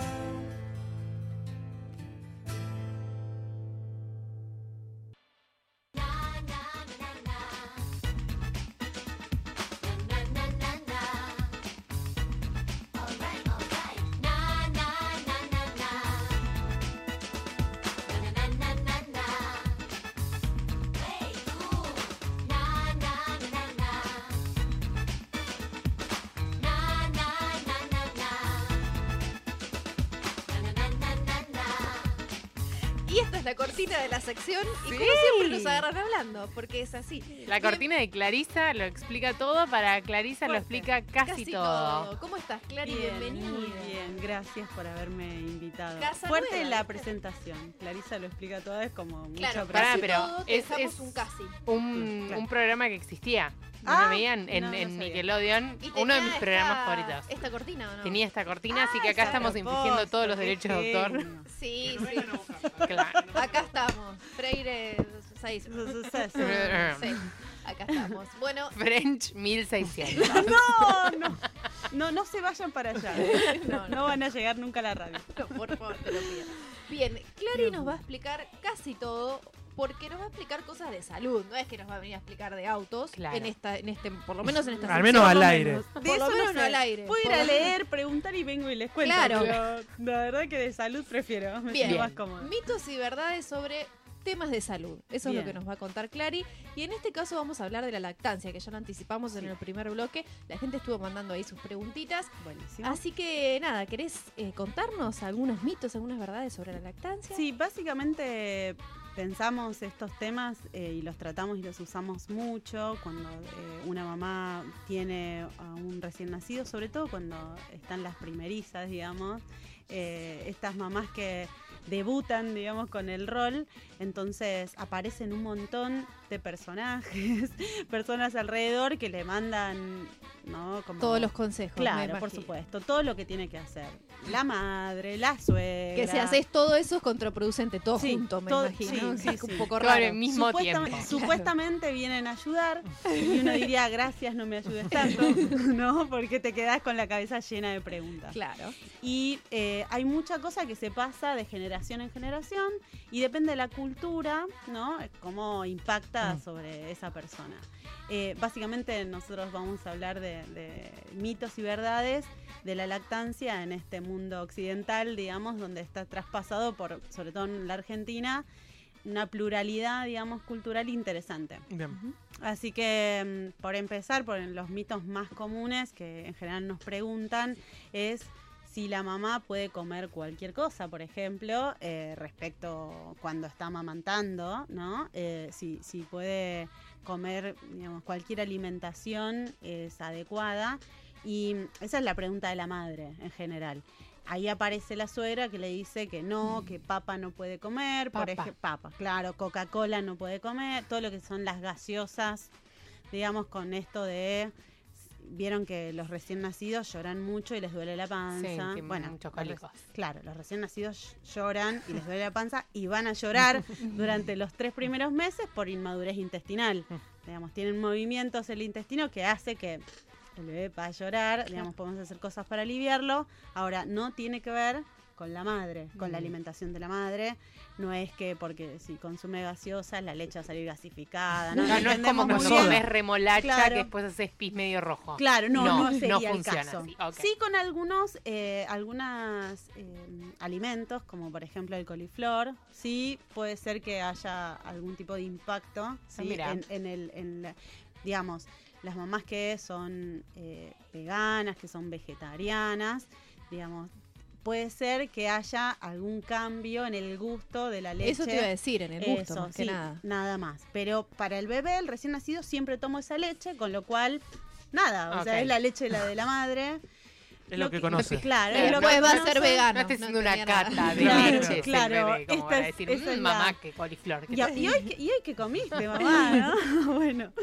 Na na na na na. Y esta es la cortina de la sección. Y Sí. como siempre nos agarran hablando, porque es así. La Bien, cortina de Clarisa lo explica todo, para Clarisa lo Fuerte. explica casi, todo. ¿Cómo estás, Clary? Bien, Bienvenida. muy bien, gracias por haberme invitado. Casa Fuerte nueva, la ¿viste? presentación. Clarisa lo explica todo, es como Claro, mucha Pará, casi pero todo, te es- dejamos es- un casi. Un, Claro. un programa que existía. ¿No Ah, lo veían? En, no, no en sabía. Nickelodeon. Y Uno de tenía mis esta- programas favoritos. ¿Esta cortina o no? Tenía esta cortina, así Ah, que acá es a estamos infringiendo todos los propósito, derechos de qué autor. genio. Sí, sí. Claro. Acá estamos. Freire seis. Sí, acá estamos. Bueno, French mil seiscientos. No, no, no, no se vayan para allá. No, No, van a llegar nunca a la radio. no, por favor, te lo pido. Bien, Clary nos va a explicar casi todo. Porque nos va a explicar cosas de salud, no es que nos va a venir a explicar de autos Claro. en esta, en este, por lo menos en esta Al sección. menos al Por lo aire. menos. De Por lo eso menos no no sé. al aire. Puedo ir Por a lo- leer, preguntar y vengo y les cuento. Claro. Pero la verdad que de salud prefiero. Me Bien. siento más cómoda. Mitos y verdades sobre temas de salud. Eso es Bien. lo que nos va a contar Clary. Y en este caso vamos a hablar de la lactancia, que ya lo anticipamos en Sí. el primer bloque. La gente estuvo mandando ahí sus preguntitas. Buenísimo. Así que nada, ¿querés eh, contarnos algunos mitos, algunas verdades sobre la lactancia? Sí, básicamente pensamos estos temas eh, y los tratamos y los usamos mucho cuando eh, una mamá tiene a un recién nacido, sobre todo cuando están las primerizas, digamos, eh, estas mamás que debutan, digamos, con el rol, entonces aparecen un montón de personajes, personas alrededor que le mandan, ¿no? Como, Todos los consejos. me claro, por imagino. supuesto, todo lo que tiene que hacer. La madre, la suegra. Que si haces todo eso es contraproducente, todo Sí, junto, me todo- imagino. sí, Es sí, un sí. poco Todo raro. al mismo Supuestam- tiempo. Supuestamente vienen a ayudar y uno diría, gracias, no me ayudes tanto, ¿no? Porque te quedás con la cabeza llena de preguntas. Claro. Y eh, hay mucha cosa que se pasa de generación en generación y depende de la cultura, ¿no? Cómo impacta sobre esa persona. Eh, básicamente nosotros vamos a hablar de, de mitos y verdades de la lactancia en este mundo occidental, digamos, donde está traspasado por, sobre todo en la Argentina, una pluralidad, digamos, cultural interesante. Bien. Así que, mm, por empezar, por los mitos más comunes que en general nos preguntan es si la mamá puede comer cualquier cosa, por ejemplo, eh, respecto cuando está amamantando, ¿no? Eh, si, si puede comer, digamos, cualquier alimentación es adecuada. Y esa es la pregunta de la madre en general. Ahí aparece la suegra que le dice que no, que papa no puede comer, por Papa. ejemplo, papa, claro, Coca-Cola no puede comer, todo lo que son las gaseosas, digamos, con esto de, vieron que los recién nacidos lloran mucho y les duele la panza. Sí, tienen bueno, muchos los re- cólicos. claro, los recién nacidos lloran y les duele la panza y van a llorar durante los tres primeros meses por inmadurez intestinal. Digamos, tienen movimientos el intestino que hace que el bebé va a llorar, digamos, podemos hacer cosas para aliviarlo. Ahora, no tiene que ver con la madre, con la alimentación de la madre. No es que porque si consume gaseosas la leche va a salir gasificada. No, No, no es entendemos como muy cuando bien. comes remolacha Claro. que después haces pis medio rojo. Claro, no, no, No, sería no el funciona caso. así, ok. Sí, con algunos, eh, algunas eh, alimentos, como por ejemplo el coliflor, sí puede ser que haya algún tipo de impacto, ¿sí? mira. en, en el, en la- digamos, las mamás que son eh, veganas, que son vegetarianas, digamos, puede ser que haya algún cambio en el gusto de la leche. Eso te iba a decir, en el gusto, Eso, más que sí, nada. nada más. Pero para el bebé, el recién nacido, siempre tomo esa leche, con lo cual, nada, o sea, Ok. es la leche la de la madre. Es lo que conoce. Claro, Pero es lo que después va a conoce. ser vegano. No estés no haciendo una tenía nada. cata de Claro, leches claro, el bebé, como esta para es- decir, esa es "Mm, la- mamá, que coliflor. que Y, te-". y hoy, que- y hoy que comiste, mamá, ¿no? Bueno.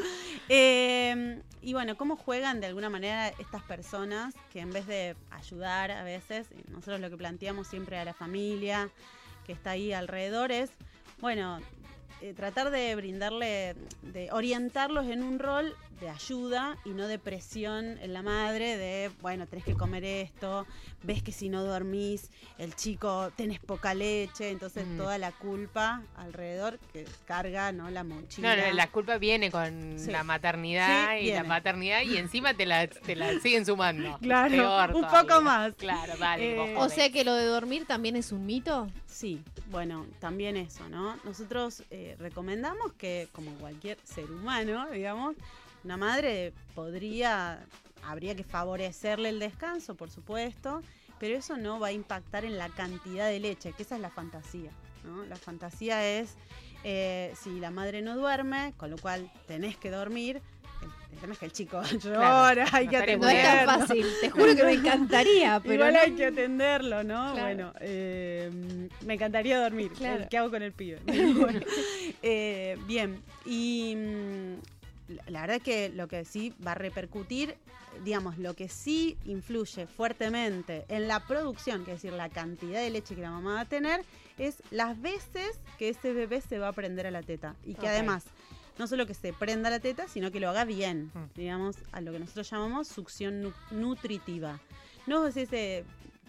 Eh, y bueno, ¿cómo juegan de alguna manera estas personas que en vez de ayudar a veces, y nosotros lo que planteamos siempre a la familia que está ahí alrededor es, bueno, eh, tratar de brindarle, de orientarlos en un rol de ayuda y no de presión en la madre de, bueno, tenés que comer esto, ves que si no dormís, el chico tenés poca leche, entonces Mm. toda la culpa alrededor que carga, ¿no? La mochila. No, no, la culpa viene con Sí. la maternidad Sí, y la viene. paternidad y encima te la, te la siguen sumando. Claro, Peor un todavía. poco más. Claro, vale. Eh, vos O jodés. sea que lo de dormir también es un mito. Sí, bueno, también eso, ¿no? Nosotros eh, recomendamos que, como cualquier ser humano, digamos, una madre podría, habría que favorecerle el descanso, por supuesto, pero eso no va a impactar en la cantidad de leche, que esa es la fantasía, ¿no? La fantasía es eh, si la madre no duerme, con lo cual tenés que dormir. El, el tema es que el chico llora, hay no que estaría No es atenderlo. tan fácil, te juro que me encantaría, pero Igual no. hay que atenderlo, ¿no? Claro. Bueno, eh, me encantaría dormir. Claro. ¿Qué hago con el pibe? Bueno, eh, bien, y mm, la- la verdad es que lo que sí va a repercutir, digamos, lo que sí influye fuertemente en la producción, que es decir, la cantidad de leche que la mamá va a tener, es las veces que ese bebé se va a prender a la teta. Y que Ok. además, no solo que se prenda la teta, sino que lo haga bien, Mm. digamos, a lo que nosotros llamamos succión nu- nutritiva. No es ese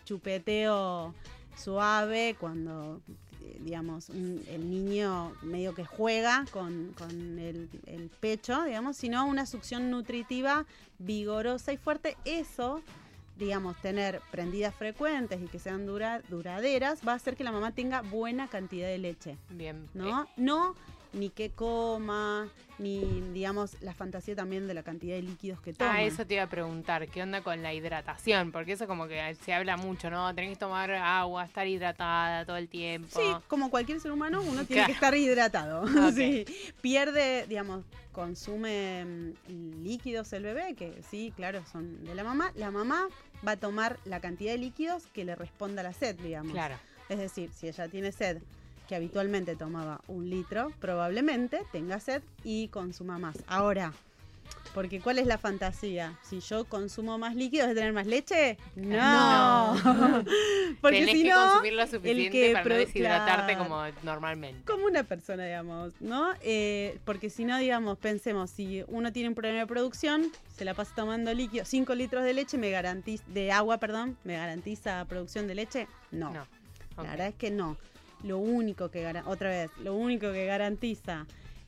chupeteo suave cuando, eh, digamos, un- el niño medio que juega con, con el, el pecho, digamos, sino una succión nutritiva vigorosa y fuerte. Eso, digamos, tener prendidas frecuentes y que sean dura- duraderas, va a hacer que la mamá tenga buena cantidad de leche, Bien. ¿no? No ni que coma, ni, digamos, la fantasía también de la cantidad de líquidos que toma. Ah, eso te iba a preguntar, ¿qué onda con la hidratación? Porque eso como que se habla mucho, ¿no? Tenés que tomar agua, estar hidratada todo el tiempo. Sí, como cualquier ser humano, uno tiene Claro. que estar hidratado. Ok. Sí. Pierde, digamos, consume mm, líquidos el bebé, que sí, claro, son de la mamá. La mamá va a tomar la cantidad de líquidos que le responda a la sed, digamos. Claro. Es decir, si ella tiene sed, que habitualmente tomaba un litro, probablemente tenga sed y consuma más. Ahora, porque ¿cuál es la fantasía? Si yo consumo más líquidos, ¿voy a tener más leche? No. Porque Tenés si que no, consumir lo suficiente que para no pro- deshidratarte claro. como normalmente. como una persona, digamos, ¿no? Eh, porque si no, digamos, pensemos, si uno tiene un problema de producción, se la pasa tomando líquido, cinco litros de leche, me garantiza, de agua, perdón, ¿me garantiza producción de leche? No. No. La Ok. verdad es que no. Lo único que, gara- otra vez, lo único que garantiza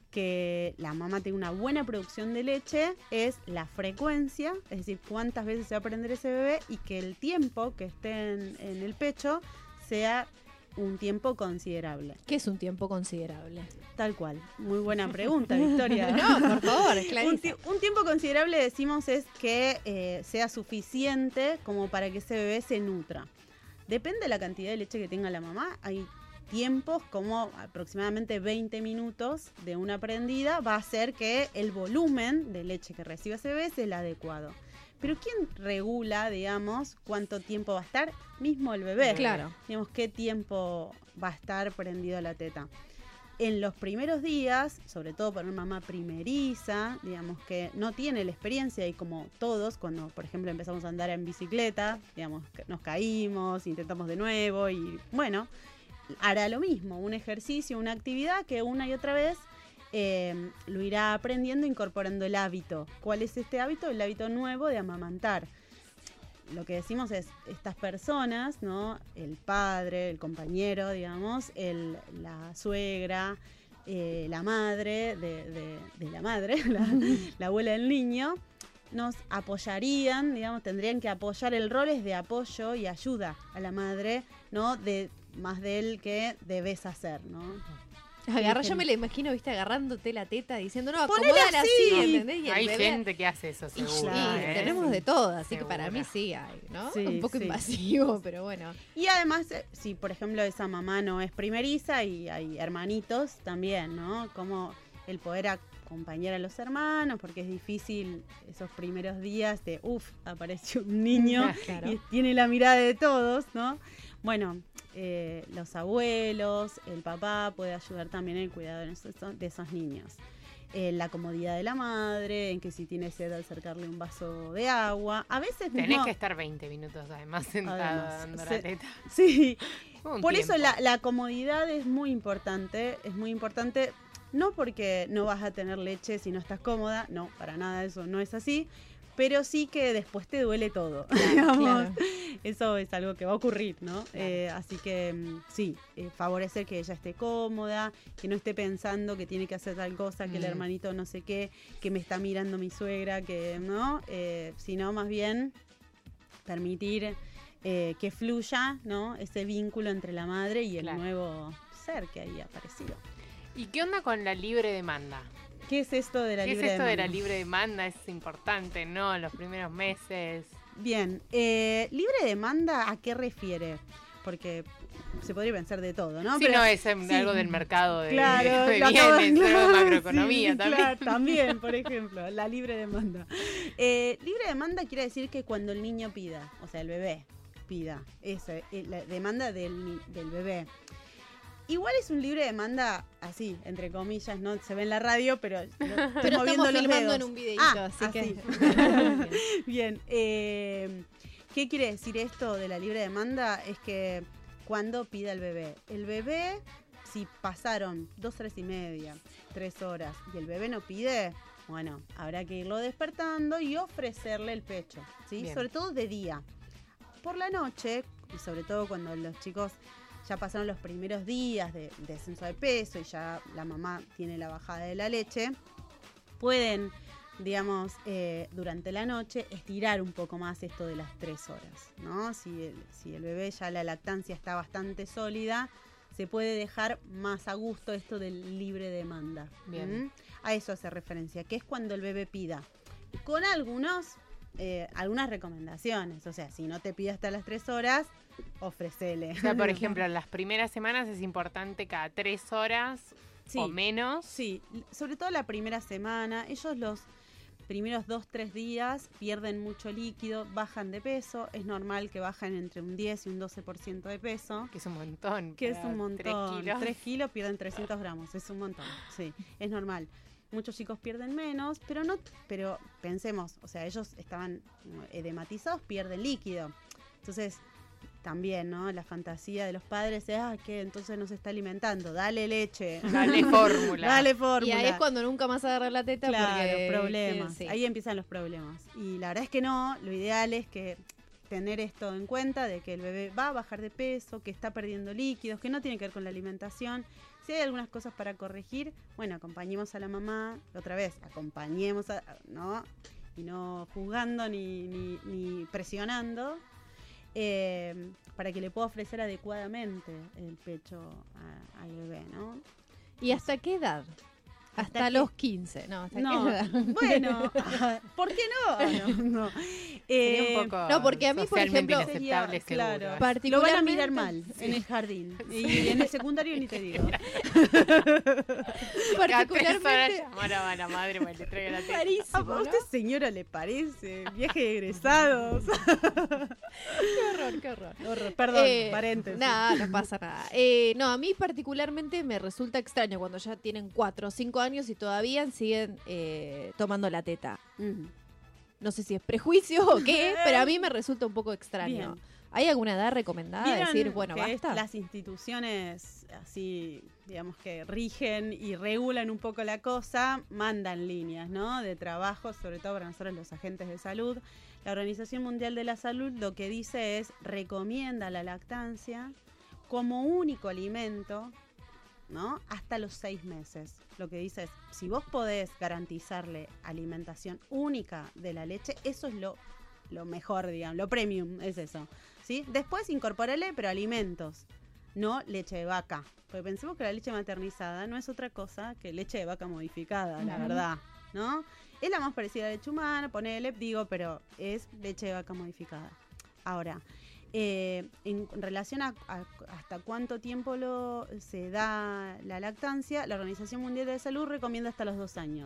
que la mamá tenga una buena producción de leche es la frecuencia, es decir, cuántas veces se va a prender ese bebé y que el tiempo que esté en, en el pecho sea un tiempo considerable. ¿Qué es un tiempo considerable? Tal cual. Muy buena pregunta, Victoria. No, por favor, un, Clarisa. ti- un tiempo considerable, decimos, es que eh, sea suficiente como para que ese bebé se nutra. Depende de la cantidad de leche que tenga la mamá. Hay tiempos como aproximadamente veinte minutos de una prendida va a hacer que el volumen de leche que reciba ese bebé sea el adecuado. Pero ¿quién regula, digamos, cuánto tiempo va a estar? Mismo el bebé. Claro. Digamos, qué tiempo va a estar prendido la teta. En los primeros días, sobre todo para una mamá primeriza, digamos que no tiene la experiencia y como todos, cuando por ejemplo empezamos a andar en bicicleta, digamos, que nos caímos, intentamos de nuevo y bueno, hará lo mismo, un ejercicio, una actividad que una y otra vez eh, lo irá aprendiendo, incorporando el hábito. ¿Cuál es este hábito? El hábito nuevo de amamantar. Lo que decimos es, estas personas, ¿no? El padre, el compañero, digamos, el, la suegra, eh, la madre de, de- de la madre, la, la abuela del niño, nos apoyarían, digamos, tendrían que apoyar, el rol es de apoyo y ayuda a la madre, ¿no? De más del que debes hacer, ¿no? Agarra, yo me la imagino, viste, agarrándote la teta diciendo, no, Ponele acomódala así. así, ¿entendés? Y el Hay bebé- gente que hace eso, Y seguro. sí, ¿eh? tenemos de todo, así que para Seguro. mí sí hay, ¿no? Sí, Un poco sí. invasivo, pero bueno. Y además, eh, si por ejemplo esa mamá no es primeriza y hay hermanitos también, ¿no? Como el poder acompañar a los hermanos, porque es difícil esos primeros días de, uff, apareció un niño Claro. y tiene la mirada de todos, ¿no? Bueno, eh, los abuelos, el papá puede ayudar también en el cuidado de esos, de esos niños. Eh, la comodidad de la madre, en que si tiene sed acercarle un vaso de agua. A veces Tenés mismo- que estar veinte minutos además sentada Además, dando se- la teta. Sí, Un por eso tiempo. la, la comodidad es muy importante, es muy importante, no porque no vas a tener leche si no estás cómoda, no, para nada eso no es así, pero sí que después te duele todo, digamos. Claro. Eso es algo que va a ocurrir, ¿no? Eh, así que mm, sí, eh, favorecer que ella esté cómoda, que no esté pensando que tiene que hacer tal cosa, que el Mm. hermanito no sé qué, que me está mirando mi suegra, que no, eh, sino más bien permitir eh, que fluya, ¿no? Ese vínculo entre la madre y el Claro. nuevo ser que ahí ha aparecido. ¿Y qué onda con la libre demanda? ¿Qué es esto de la ¿Qué es libre esto de la demanda? libre demanda? Es importante, ¿no? Los primeros meses. Bien, eh, libre demanda, ¿a qué refiere? Porque se podría pensar de todo, ¿no? Sí, Pero, no, es em, sí. algo del mercado de, Claro, de lo bienes, acabo- de claro, macroeconomía sí, también. claro, también, por ejemplo, la libre demanda. Eh, libre demanda quiere decir que cuando el niño pida, o sea, el bebé pida, esa es la demanda del, ni- del bebé. Igual es un libre demanda así, entre comillas, no se ve en la radio, pero, lo- estoy Pero moviendo estamos los filmando dedos. en un videíto, Ah, así que... así. Bien, eh, ¿qué quiere decir esto de la libre demanda? Es que cuando pida el bebé, el bebé, si pasaron dos horas y media, tres horas, y el bebé no pide, bueno, habrá que irlo despertando y ofrecerle el pecho, ¿sí? Bien. Sobre todo de día. Por la noche, y sobre todo cuando los chicos ya pasaron los primeros días de, de descenso de peso y ya la mamá tiene la bajada de la leche, pueden, digamos, eh, durante la noche estirar un poco más esto de las tres horas, ¿no? Si el, si el bebé ya la lactancia está bastante sólida, se puede dejar más a gusto esto del libre demanda. Bien. ¿Mm? A eso hace referencia, que es cuando el bebé pida. Con algunos, eh, algunas recomendaciones, o sea, si no te pide hasta las tres horas, ofrecele. O sea, por ejemplo, en las primeras semanas es importante cada tres horas Sí. o menos. Sí, sobre todo la primera semana. Ellos los primeros dos, tres días pierden mucho líquido, bajan de peso. Es normal que bajen entre un diez y un doce por ciento de peso. Que es un montón. Que es para un montón. Tres kilos. Tres kilos pierden trescientos gramos. Es un montón. Sí, es normal. Muchos chicos pierden menos, pero no, pero pensemos, o sea, ellos estaban edematizados, pierden líquido. Entonces, también, ¿no? La fantasía de los padres es, ah, que entonces no se está alimentando, dale leche. Dale fórmula. Dale Y fórmula. ahí es cuando nunca más agarra la teta Claro, porque... problemas. sí. Ahí empiezan los problemas. Y la verdad es que no, lo ideal es que tener esto en cuenta de que el bebé va a bajar de peso, que está perdiendo líquidos, que no tiene que ver con la alimentación. Si hay algunas cosas para corregir, bueno, acompañemos a la mamá, otra vez, acompañemos, a, ¿no? Y no juzgando ni, ni, ni presionando, eh, para que le pueda ofrecer adecuadamente el pecho a- al bebé, ¿no? ¿Y hasta qué edad? Hasta, ¿Hasta qué? los quince, ¿no? ¿Hasta No, qué edad? bueno, ¿por qué no? No, no. Sería Eh, un poco no, porque a mí, por socialmente ejemplo, inaceptable, sería- seguro. claro. Par- Lo van a Particularmente- mirar mal en el jardín. Y en el secundario ni te digo. Cada tres horas Particularmente... llamar a la madre para que le traiga la teta. Carísimo, ¿A ¿no? usted, señora, le parece? Viaje de egresados. Qué horror, qué horror. Horror, Perdón, Eh, paréntesis. Nada, no pasa nada. Eh, no, a mí particularmente me resulta extraño cuando ya tienen cuatro o cinco años y todavía siguen eh, tomando la teta. Mm. No sé si es prejuicio o qué, pero a mí me resulta un poco extraño. Bien. ¿Hay alguna edad recomendada? ¿Vieron Decir, bueno, que basta. las instituciones así, digamos, que rigen y regulan un poco la cosa, mandan líneas, ¿no? De trabajo, sobre todo para nosotros los agentes de salud. La Organización Mundial de la Salud lo que dice es, recomienda la lactancia como único alimento, ¿no? Hasta los seis meses. Lo que dice es, si vos podés garantizarle alimentación única de la leche, eso es lo, lo mejor, digamos, lo premium, es eso. ¿Sí? Después incorpórale, pero alimentos, no leche de vaca. Porque pensemos que la leche maternizada no es otra cosa que leche de vaca modificada, la Ujú. verdad, ¿no? Es la más parecida a la leche humana, ponele, digo, pero es leche de vaca modificada. Ahora, eh, en relación a, a hasta cuánto tiempo lo, se da la lactancia, la Organización Mundial de la Salud recomienda hasta los dos años.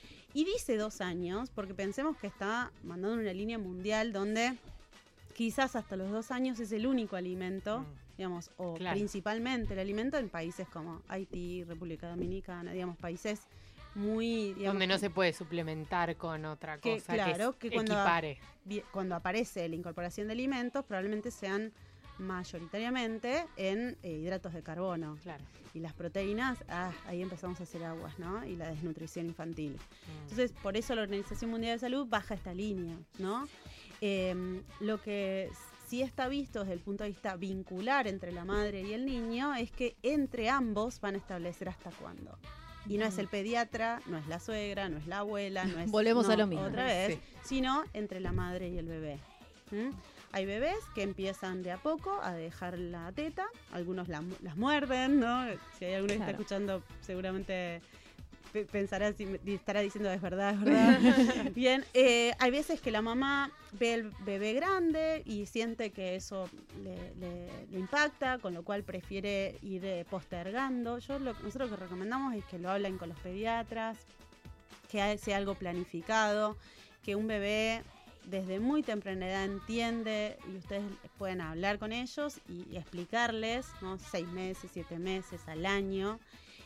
Y dice dos años porque pensemos que está mandando una línea mundial donde quizás hasta los dos años es el único alimento, Mm. digamos, o Claro. principalmente el alimento en países como Haití, República Dominicana, digamos, países muy... digamos, Donde no se puede suplementar con otra Que, cosa claro, que, que cuando- equipare. vi- cuando aparece la incorporación de alimentos, probablemente sean mayoritariamente en eh, hidratos de carbono. Claro. Y las proteínas, ah, ahí empezamos a hacer aguas, ¿no? Y la desnutrición infantil. Mm. Entonces, por eso la Organización Mundial de Salud baja esta línea, ¿no? Eh, lo que sí está visto desde el punto de vista vincular entre la madre y el niño es que entre ambos van a establecer hasta cuándo. Y no es el pediatra, no es la suegra, no es la abuela, no es... Volvemos no, a lo mismo. Otra vez, Sí. sino entre la madre y el bebé. ¿Mm? Hay bebés que empiezan de a poco a dejar la teta, algunos la- las muerden, ¿no? Si hay alguno que está Claro. escuchando, seguramente pe- pensará, si me- estará diciendo es verdad, es verdad. Bien, eh, hay veces que la mamá ve el bebé grande y siente que eso le, le- le impacta, con lo cual prefiere ir eh, postergando. Yo lo, nosotros lo que recomendamos es que lo hablen con los pediatras, que sea algo planificado, que un bebé desde muy temprana edad entiende y ustedes pueden hablar con ellos y, y explicarles, ¿no? Seis meses, siete meses al año,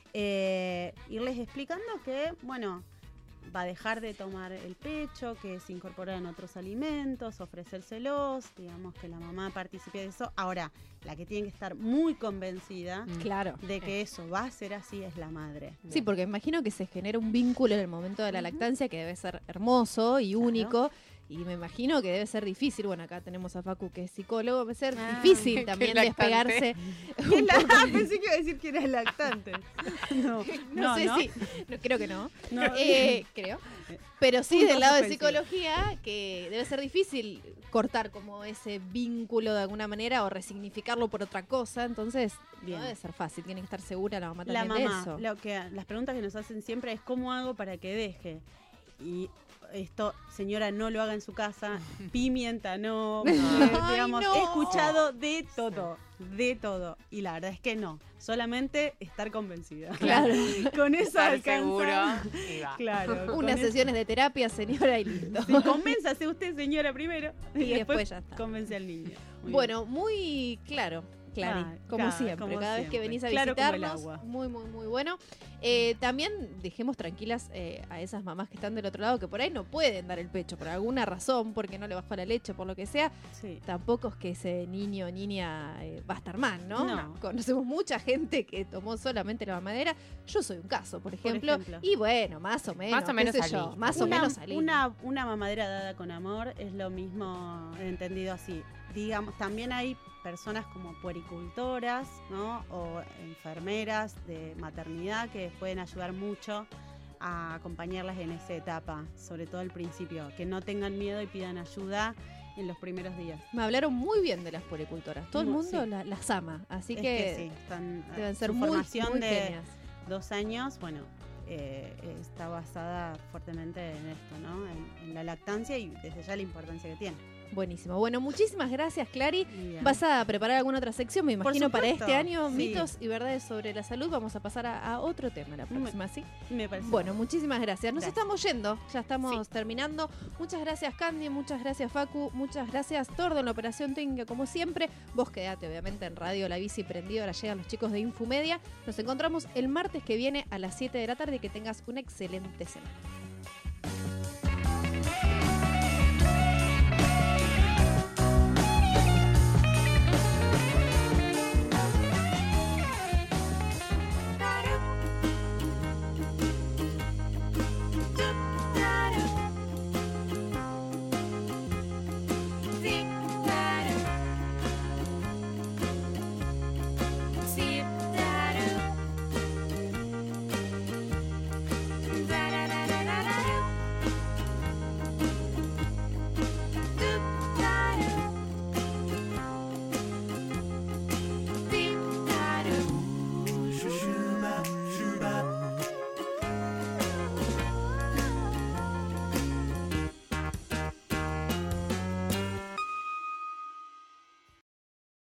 eh, irles explicando que, bueno, va a dejar de tomar el pecho, que se incorporan otros alimentos, ofrecérselos, digamos que la mamá participe de eso. Ahora, la que tiene que estar muy convencida Claro. de que eso va a ser así es la madre. Sí, porque imagino que se genera un vínculo en el momento de la lactancia que debe ser hermoso y único. Y me imagino que debe ser difícil. Bueno, acá tenemos a Facu, que es psicólogo. Debe ser Ah, difícil qué también lactante. despegarse. ¿Qué la- Pensé que iba a decir que era lactante. No, No, sé si. No, creo que no. No. Eh, creo. Pero sí, Punto del lado de suspensivo. psicología, que debe ser difícil cortar como ese vínculo de alguna manera o resignificarlo por otra cosa. Entonces, Bien. no debe ser fácil. Tiene que estar segura la mamá La también de mamá, eso. lo que, las preguntas que nos hacen siempre es ¿cómo hago para que deje? Y esto, señora, no lo haga en su casa, pimienta no, eh, Ay, digamos, no. he escuchado de todo, de todo. Y la verdad es que no, solamente estar convencida. Claro. Con eso Estar alcanza. seguro y va. Claro. con Unas eso- sesiones de terapia, señora, y listo. Sí, convénzase usted, señora, primero. Y, Y después después ya está. convence al niño. Muy Bueno, muy claro, Clary, Ah, como claro, siempre. como Cada vez que siempre. venís a Claro como el visitarnos, agua. muy, muy, muy bueno. Eh, también dejemos tranquilas eh, a esas mamás que están del otro lado, que por ahí no pueden dar el pecho por alguna razón, porque no le bajó la leche, por lo que sea. bien. Sí. Tampoco es que ese niño o niña eh, va a estar mal, ¿no? No. Conocemos mucha gente que tomó solamente la mamadera. Yo soy un caso, por ejemplo. ejemplo. Y bueno, más o menos. Más o menos qué sé salí. yo, más o una, menos salí. Una, una mamadera dada con amor es lo mismo entendido así. Digamos, también hay personas como puericultoras, ¿no? O enfermeras de maternidad que pueden ayudar mucho a acompañarlas en esa etapa, sobre todo al principio, que no tengan miedo y pidan ayuda en los primeros días. Me hablaron muy bien de las puericultoras. Todo el Mu- mundo sí. la- las ama. Así Es que, que sí, están, deben su ser muy, formación muy de genias. dos años, bueno, eh, está basada fuertemente en esto, ¿no? En, en la lactancia y desde ya la importancia que tiene. Buenísimo. Bueno, muchísimas gracias, Clary. Muy bien. ¿Vas a preparar alguna otra sección? Me Por imagino para supuesto, este año, sí. mitos y verdades sobre la salud. Vamos a pasar a, a otro tema la Me- próxima, ¿sí? Me parece. Bueno, muchísimas gracias. Nos Gracias. estamos yendo, ya estamos terminando. Muchas gracias, Candy, muchas gracias, Facu, muchas gracias, Tordo, en la operación técnica, como siempre. Vos quedate, obviamente, en Radio La Bici prendido. Ahora llegan los chicos de Infomedia. Nos encontramos el martes que viene a las siete de la tarde y que tengas una excelente semana.